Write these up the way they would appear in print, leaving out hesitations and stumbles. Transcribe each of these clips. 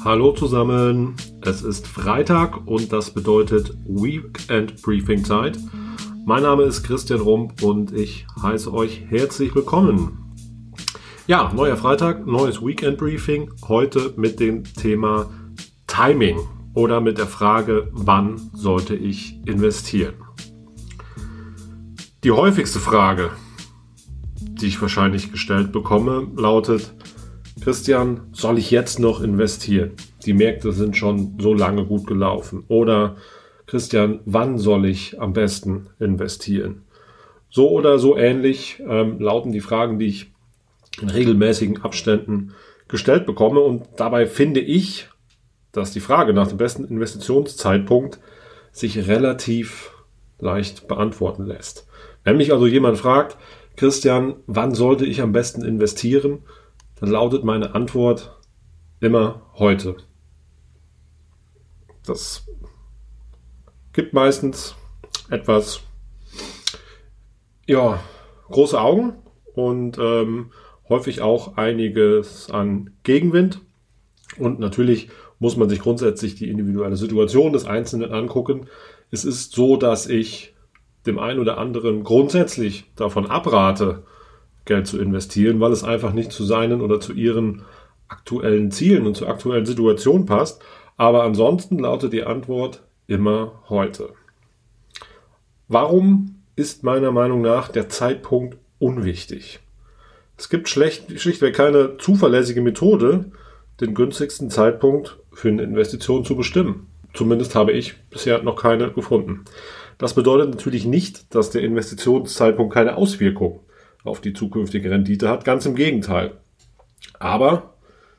Hallo zusammen, es ist Freitag und das bedeutet Weekend Briefing Zeit. Mein Name ist Christian Rump und ich heiße euch herzlich willkommen. Ja, neuer Freitag, neues Weekend Briefing, heute mit dem Thema Timing oder mit der Frage, wann sollte ich investieren? Die häufigste Frage, die ich wahrscheinlich gestellt bekomme, lautet: Christian, soll ich jetzt noch investieren? Die Märkte sind schon so lange gut gelaufen. Oder Christian, wann soll ich am besten investieren? So oder so ähnlich lauten die Fragen, die ich in regelmäßigen Abständen gestellt bekomme. Und dabei finde ich, dass die Frage nach dem besten Investitionszeitpunkt sich relativ leicht beantworten lässt. Wenn mich also jemand fragt: Christian, wann sollte ich am besten investieren? Dann lautet meine Antwort immer heute. Das gibt meistens etwas große Augen und häufig auch einiges an Gegenwind. Und natürlich muss man sich grundsätzlich die individuelle Situation des Einzelnen angucken. Es ist so, dass ich dem einen oder anderen grundsätzlich davon abrate, Geld zu investieren, weil es einfach nicht zu seinen oder zu ihren aktuellen Zielen und zur aktuellen Situation passt. Aber ansonsten lautet die Antwort immer heute. Warum ist meiner Meinung nach der Zeitpunkt unwichtig? Es gibt schlichtweg keine zuverlässige Methode, den günstigsten Zeitpunkt für eine Investition zu bestimmen. Zumindest habe ich bisher noch keine gefunden. Das bedeutet natürlich nicht, dass der Investitionszeitpunkt keine Auswirkung auf die zukünftige Rendite hat. Ganz im Gegenteil. Aber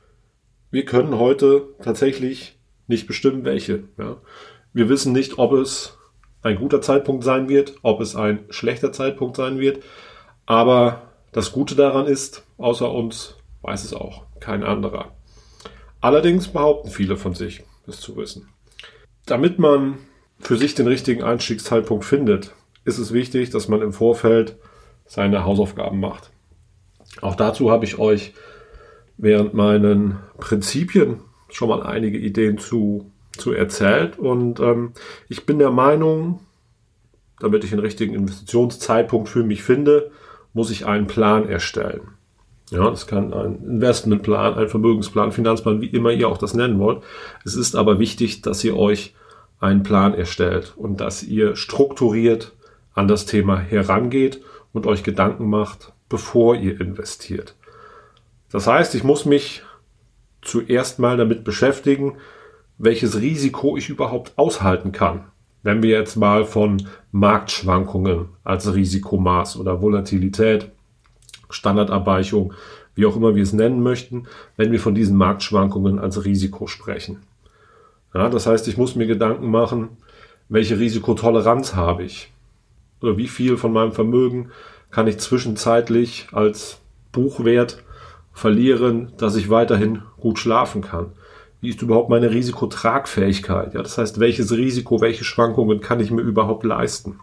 wir können heute tatsächlich nicht bestimmen, welche. Ja. Wir wissen nicht, ob es ein guter Zeitpunkt sein wird, ob es ein schlechter Zeitpunkt sein wird. Aber das Gute daran ist, außer uns weiß es auch kein anderer. Allerdings behaupten viele von sich, es zu wissen. Damit man für sich den richtigen Einstiegszeitpunkt findet, ist es wichtig, dass man im Vorfeld seine Hausaufgaben macht. Auch dazu habe ich euch während meinen Prinzipien schon mal einige Ideen zu erzählt. Und ich bin der Meinung, damit ich den richtigen Investitionszeitpunkt für mich finde, muss ich einen Plan erstellen. Ja, das kann ein Investmentplan, ein Vermögensplan, Finanzplan, wie immer ihr auch das nennen wollt. Es ist aber wichtig, dass ihr euch einen Plan erstellt und dass ihr strukturiert an das Thema herangeht und euch Gedanken macht, bevor ihr investiert. Das heißt, ich muss mich zuerst mal damit beschäftigen, welches Risiko ich überhaupt aushalten kann. Wenn wir jetzt mal von Marktschwankungen als Risikomaß oder Volatilität, Standardabweichung, wie auch immer wir es nennen möchten, wenn wir von diesen Marktschwankungen als Risiko sprechen. Ja, das heißt, ich muss mir Gedanken machen, welche Risikotoleranz habe ich? Oder wie viel von meinem Vermögen kann ich zwischenzeitlich als Buchwert verlieren, dass ich weiterhin gut schlafen kann? Wie ist überhaupt meine Risikotragfähigkeit? Ja, das heißt, welches Risiko, welche Schwankungen kann ich mir überhaupt leisten?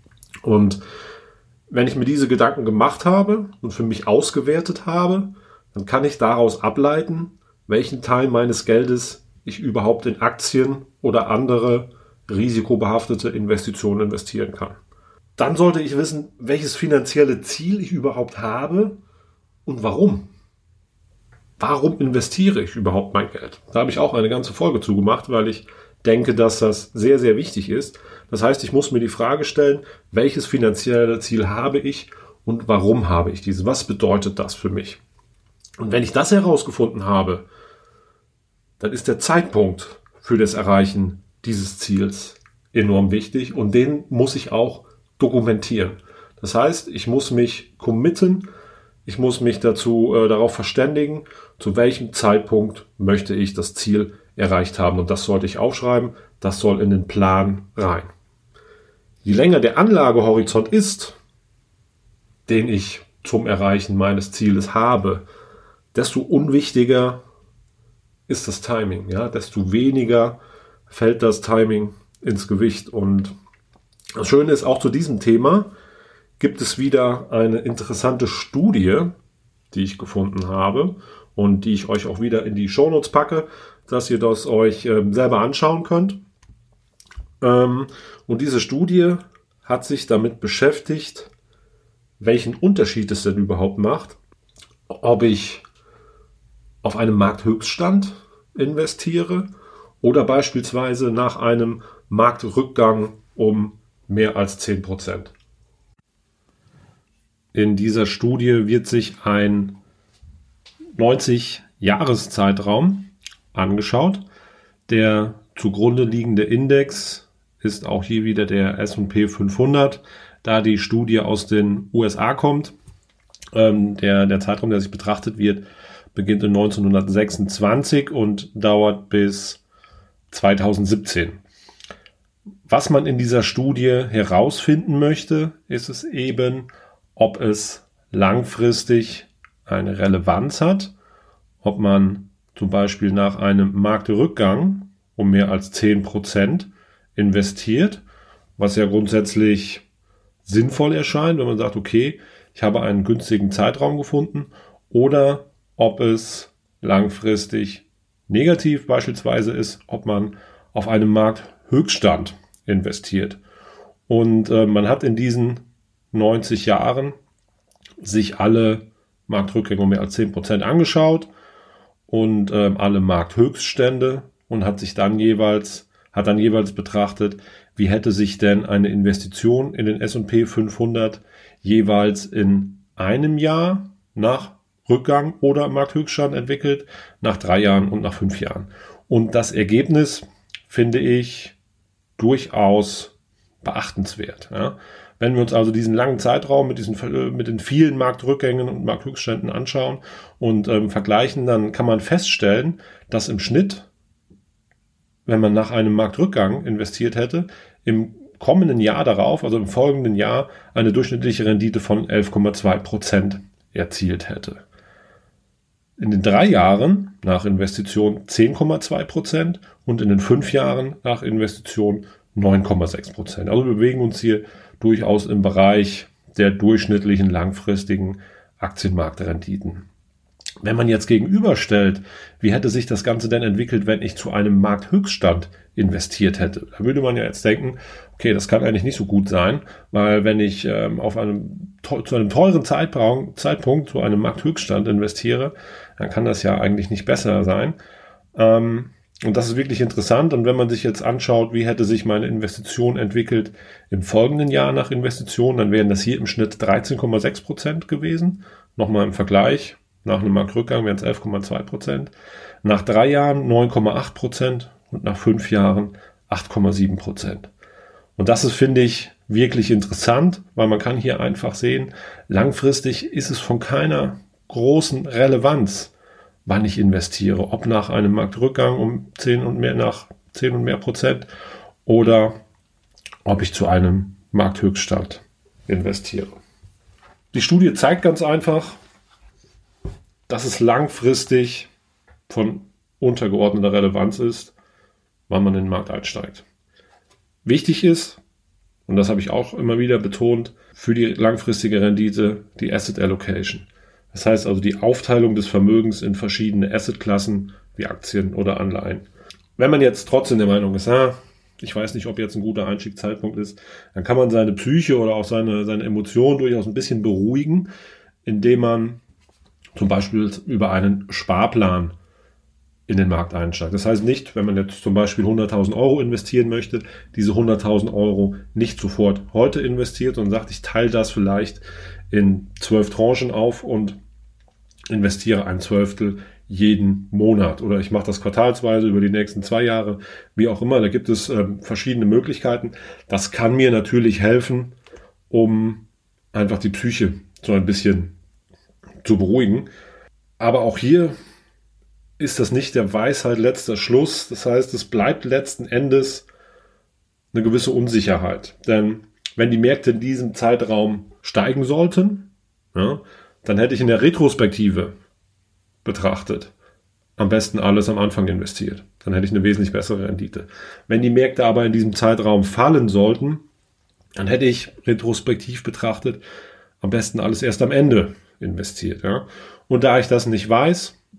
Und wenn ich mir diese Gedanken gemacht habe und für mich ausgewertet habe, dann kann ich daraus ableiten, welchen Teil meines Geldes ich überhaupt in Aktien oder andere risikobehaftete Investitionen investieren kann. Dann sollte ich wissen, welches finanzielle Ziel ich überhaupt habe und warum. Warum investiere ich überhaupt mein Geld? Da habe ich auch eine ganze Folge zugemacht, weil ich denke, dass das sehr, sehr wichtig ist. Das heißt, ich muss mir die Frage stellen, welches finanzielle Ziel habe ich und warum habe ich dieses? Was bedeutet das für mich? Und wenn ich das herausgefunden habe, dann ist der Zeitpunkt für das Erreichen dieses Ziels enorm wichtig und den muss ich auch dokumentieren. Das heißt, ich muss mich committen, ich muss mich darauf verständigen, zu welchem Zeitpunkt möchte ich das Ziel erreicht haben. Und das sollte ich aufschreiben, das soll in den Plan rein. Je länger der Anlagehorizont ist, den ich zum Erreichen meines Zieles habe, desto unwichtiger ist das Timing. Ja? Desto weniger fällt das Timing ins Gewicht. Und das Schöne ist, auch zu diesem Thema gibt es wieder eine interessante Studie, die ich gefunden habe und die ich euch auch wieder in die Shownotes packe. dass ihr das euch selber anschauen könnt. Und diese Studie hat sich damit beschäftigt, welchen Unterschied es denn überhaupt macht, ob ich auf einem Markthöchststand investiere oder beispielsweise nach einem Marktrückgang um mehr als 10%. In dieser Studie wird sich ein 90-Jahres-Zeitraum angeschaut. Der zugrunde liegende Index ist auch hier wieder der S&P 500, da die Studie aus den USA kommt. Der Zeitraum, der sich betrachtet wird, beginnt in 1926 und dauert bis 2017. Was man in dieser Studie herausfinden möchte, ist es eben, ob es langfristig eine Relevanz hat, ob man zum Beispiel nach einem Marktrückgang um mehr als 10% investiert, was ja grundsätzlich sinnvoll erscheint, wenn man sagt, okay, ich habe einen günstigen Zeitraum gefunden, oder ob es langfristig negativ beispielsweise ist, ob man auf einem Markthöchststand investiert. Und man hat in diesen 90 Jahren sich alle Marktrückgänge um mehr als 10% angeschaut und alle Markthöchststände und hat dann jeweils betrachtet, wie hätte sich denn eine Investition in den S&P 500 jeweils in einem Jahr nach Rückgang oder Markthöchststand entwickelt, nach 3 Jahren und nach 5 Jahren. Und das Ergebnis finde ich durchaus beachtenswert. Ja. Wenn wir uns also diesen langen Zeitraum mit den vielen Marktrückgängen und Markthöchstständen anschauen und vergleichen, dann kann man feststellen, dass im Schnitt, wenn man nach einem Marktrückgang investiert hätte, im kommenden Jahr darauf, also im folgenden Jahr, eine durchschnittliche Rendite von 11,2% erzielt hätte. In den 3 Jahren nach Investition 10,2% und in den 5 Jahren nach Investition 9,6%. Also wir bewegen uns hier durchaus im Bereich der durchschnittlichen langfristigen Aktienmarktrenditen. Wenn man jetzt gegenüberstellt, wie hätte sich das Ganze denn entwickelt, wenn ich zu einem Markthöchststand investiert hätte? Da würde man ja jetzt denken, okay, das kann eigentlich nicht so gut sein, weil wenn ich zu einem teuren Zeitpunkt zu einem Markthöchststand investiere, dann kann das ja eigentlich nicht besser sein. Und das ist wirklich interessant. Und wenn man sich jetzt anschaut, wie hätte sich meine Investition entwickelt im folgenden Jahr nach Investition, dann wären das hier im Schnitt 13,6% gewesen. Nochmal im Vergleich. Nach einem Marktrückgang wären es 11,2%. Nach 3 Jahren 9,8% und nach 5 Jahren 8,7%. Und das ist, finde ich, wirklich interessant, weil man kann hier einfach sehen, langfristig ist es von keiner großen Relevanz, wann ich investiere. Ob nach einem Marktrückgang um 10 und mehr Prozent oder ob ich zu einem Markthöchststand investiere. Die Studie zeigt ganz einfach, dass es langfristig von untergeordneter Relevanz ist, wann man in den Markt einsteigt. Wichtig ist, und das habe ich auch immer wieder betont, für die langfristige Rendite die Asset Allocation. Das heißt also die Aufteilung des Vermögens in verschiedene Assetklassen wie Aktien oder Anleihen. Wenn man jetzt trotzdem der Meinung ist, ich weiß nicht, ob jetzt ein guter Einstiegszeitpunkt ist, dann kann man seine Psyche oder auch seine Emotionen durchaus ein bisschen beruhigen, indem man zum Beispiel über einen Sparplan in den Markt einsteigt. Das heißt nicht, wenn man jetzt zum Beispiel 100.000 Euro investieren möchte, diese 100.000 Euro nicht sofort heute investiert, sondern sagt, ich teile das vielleicht in 12 Tranchen auf und investiere 1/12 jeden Monat. Oder ich mache das quartalsweise über die nächsten 2 Jahre, wie auch immer. Da gibt es verschiedene Möglichkeiten. Das kann mir natürlich helfen, um einfach die Psyche so ein bisschen zu beruhigen. Aber auch hier ist das nicht der Weisheit letzter Schluss. Das heißt, es bleibt letzten Endes eine gewisse Unsicherheit. Denn wenn die Märkte in diesem Zeitraum steigen sollten, ja, dann hätte ich in der Retrospektive betrachtet am besten alles am Anfang investiert. Dann hätte ich eine wesentlich bessere Rendite. Wenn die Märkte aber in diesem Zeitraum fallen sollten, dann hätte ich retrospektiv betrachtet am besten alles erst am Ende investiert. Ja. Und da ich das nicht weiß,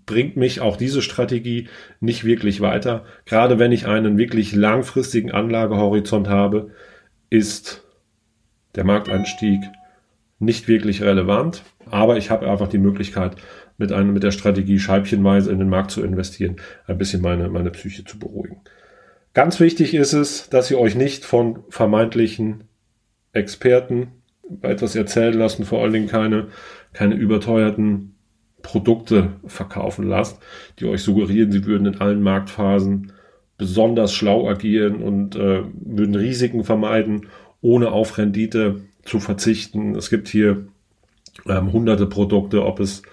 bringt mich auch diese Strategie nicht wirklich weiter. Gerade wenn ich einen wirklich langfristigen Anlagehorizont habe, ist der Markteinstieg nicht wirklich relevant, aber ich habe einfach die Möglichkeit, mit der Strategie scheibchenweise in den Markt zu investieren, ein bisschen meine Psyche zu beruhigen. Ganz wichtig ist es, dass ihr euch nicht von vermeintlichen Experten etwas erzählen lassen, vor allen Dingen keine überteuerten Produkte verkaufen lasst, die euch suggerieren, sie würden in allen Marktphasen besonders schlau agieren und würden Risiken vermeiden, ohne auf Rendite zu verzichten. Es gibt hier hunderte Produkte, ob es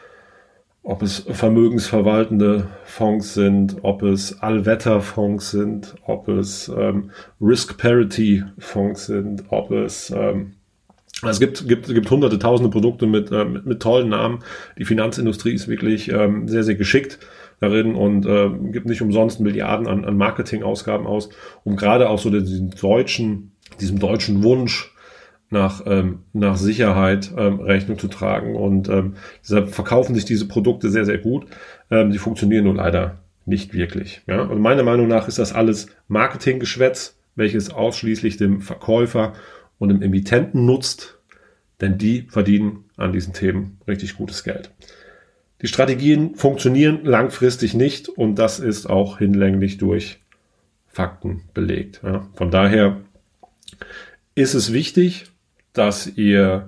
vermögensverwaltende Fonds sind, ob es Allwetterfonds sind, ob es Risk-Parity-Fonds sind, ob es es gibt hunderte, tausende Produkte mit tollen Namen. Die Finanzindustrie ist wirklich sehr, sehr geschickt darin und gibt nicht umsonst Milliarden an Marketingausgaben aus, um gerade auch so diesem deutschen Wunsch nach Sicherheit Rechnung zu tragen. Und deshalb verkaufen sich diese Produkte sehr, sehr gut. Die funktionieren nur leider nicht wirklich. Ja? Und meiner Meinung nach ist das alles Marketinggeschwätz, welches ausschließlich dem Verkäufer und dem Emittenten nutzt, denn die verdienen an diesen Themen richtig gutes Geld. Die Strategien funktionieren langfristig nicht und das ist auch hinlänglich durch Fakten belegt. Ja? Von daher ist es wichtig, dass ihr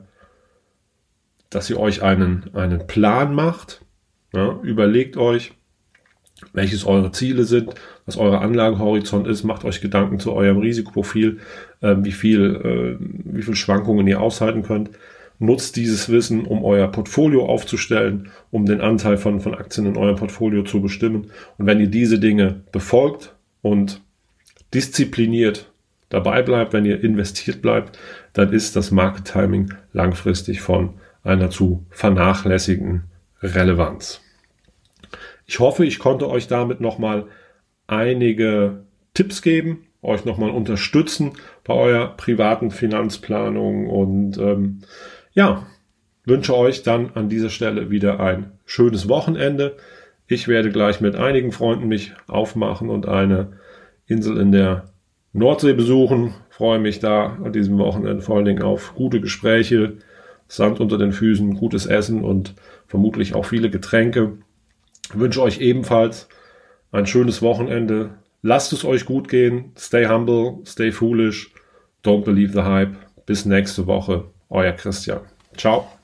euch einen Plan macht. Ja, überlegt euch, welches eure Ziele sind, was euer Anlagehorizont ist, macht euch Gedanken zu eurem Risikoprofil, wie viel Schwankungen ihr aushalten könnt. Nutzt dieses Wissen, um euer Portfolio aufzustellen, um den Anteil von Aktien in eurem Portfolio zu bestimmen. Und wenn ihr diese Dinge befolgt und diszipliniert dabei bleibt, wenn ihr investiert bleibt, dann ist das Market Timing langfristig von einer zu vernachlässigenden Relevanz. Ich hoffe, ich konnte euch damit nochmal einige Tipps geben, euch nochmal unterstützen bei eurer privaten Finanzplanung und wünsche euch dann an dieser Stelle wieder ein schönes Wochenende. Ich werde gleich mit einigen Freunden mich aufmachen und eine Insel in der Nordsee besuchen. Freue mich da an diesem Wochenende vor allen Dingen auf gute Gespräche, Sand unter den Füßen, gutes Essen und vermutlich auch viele Getränke. Ich wünsche euch ebenfalls ein schönes Wochenende. Lasst es euch gut gehen. Stay humble, stay foolish. Don't believe the hype. Bis nächste Woche. Euer Christian. Ciao.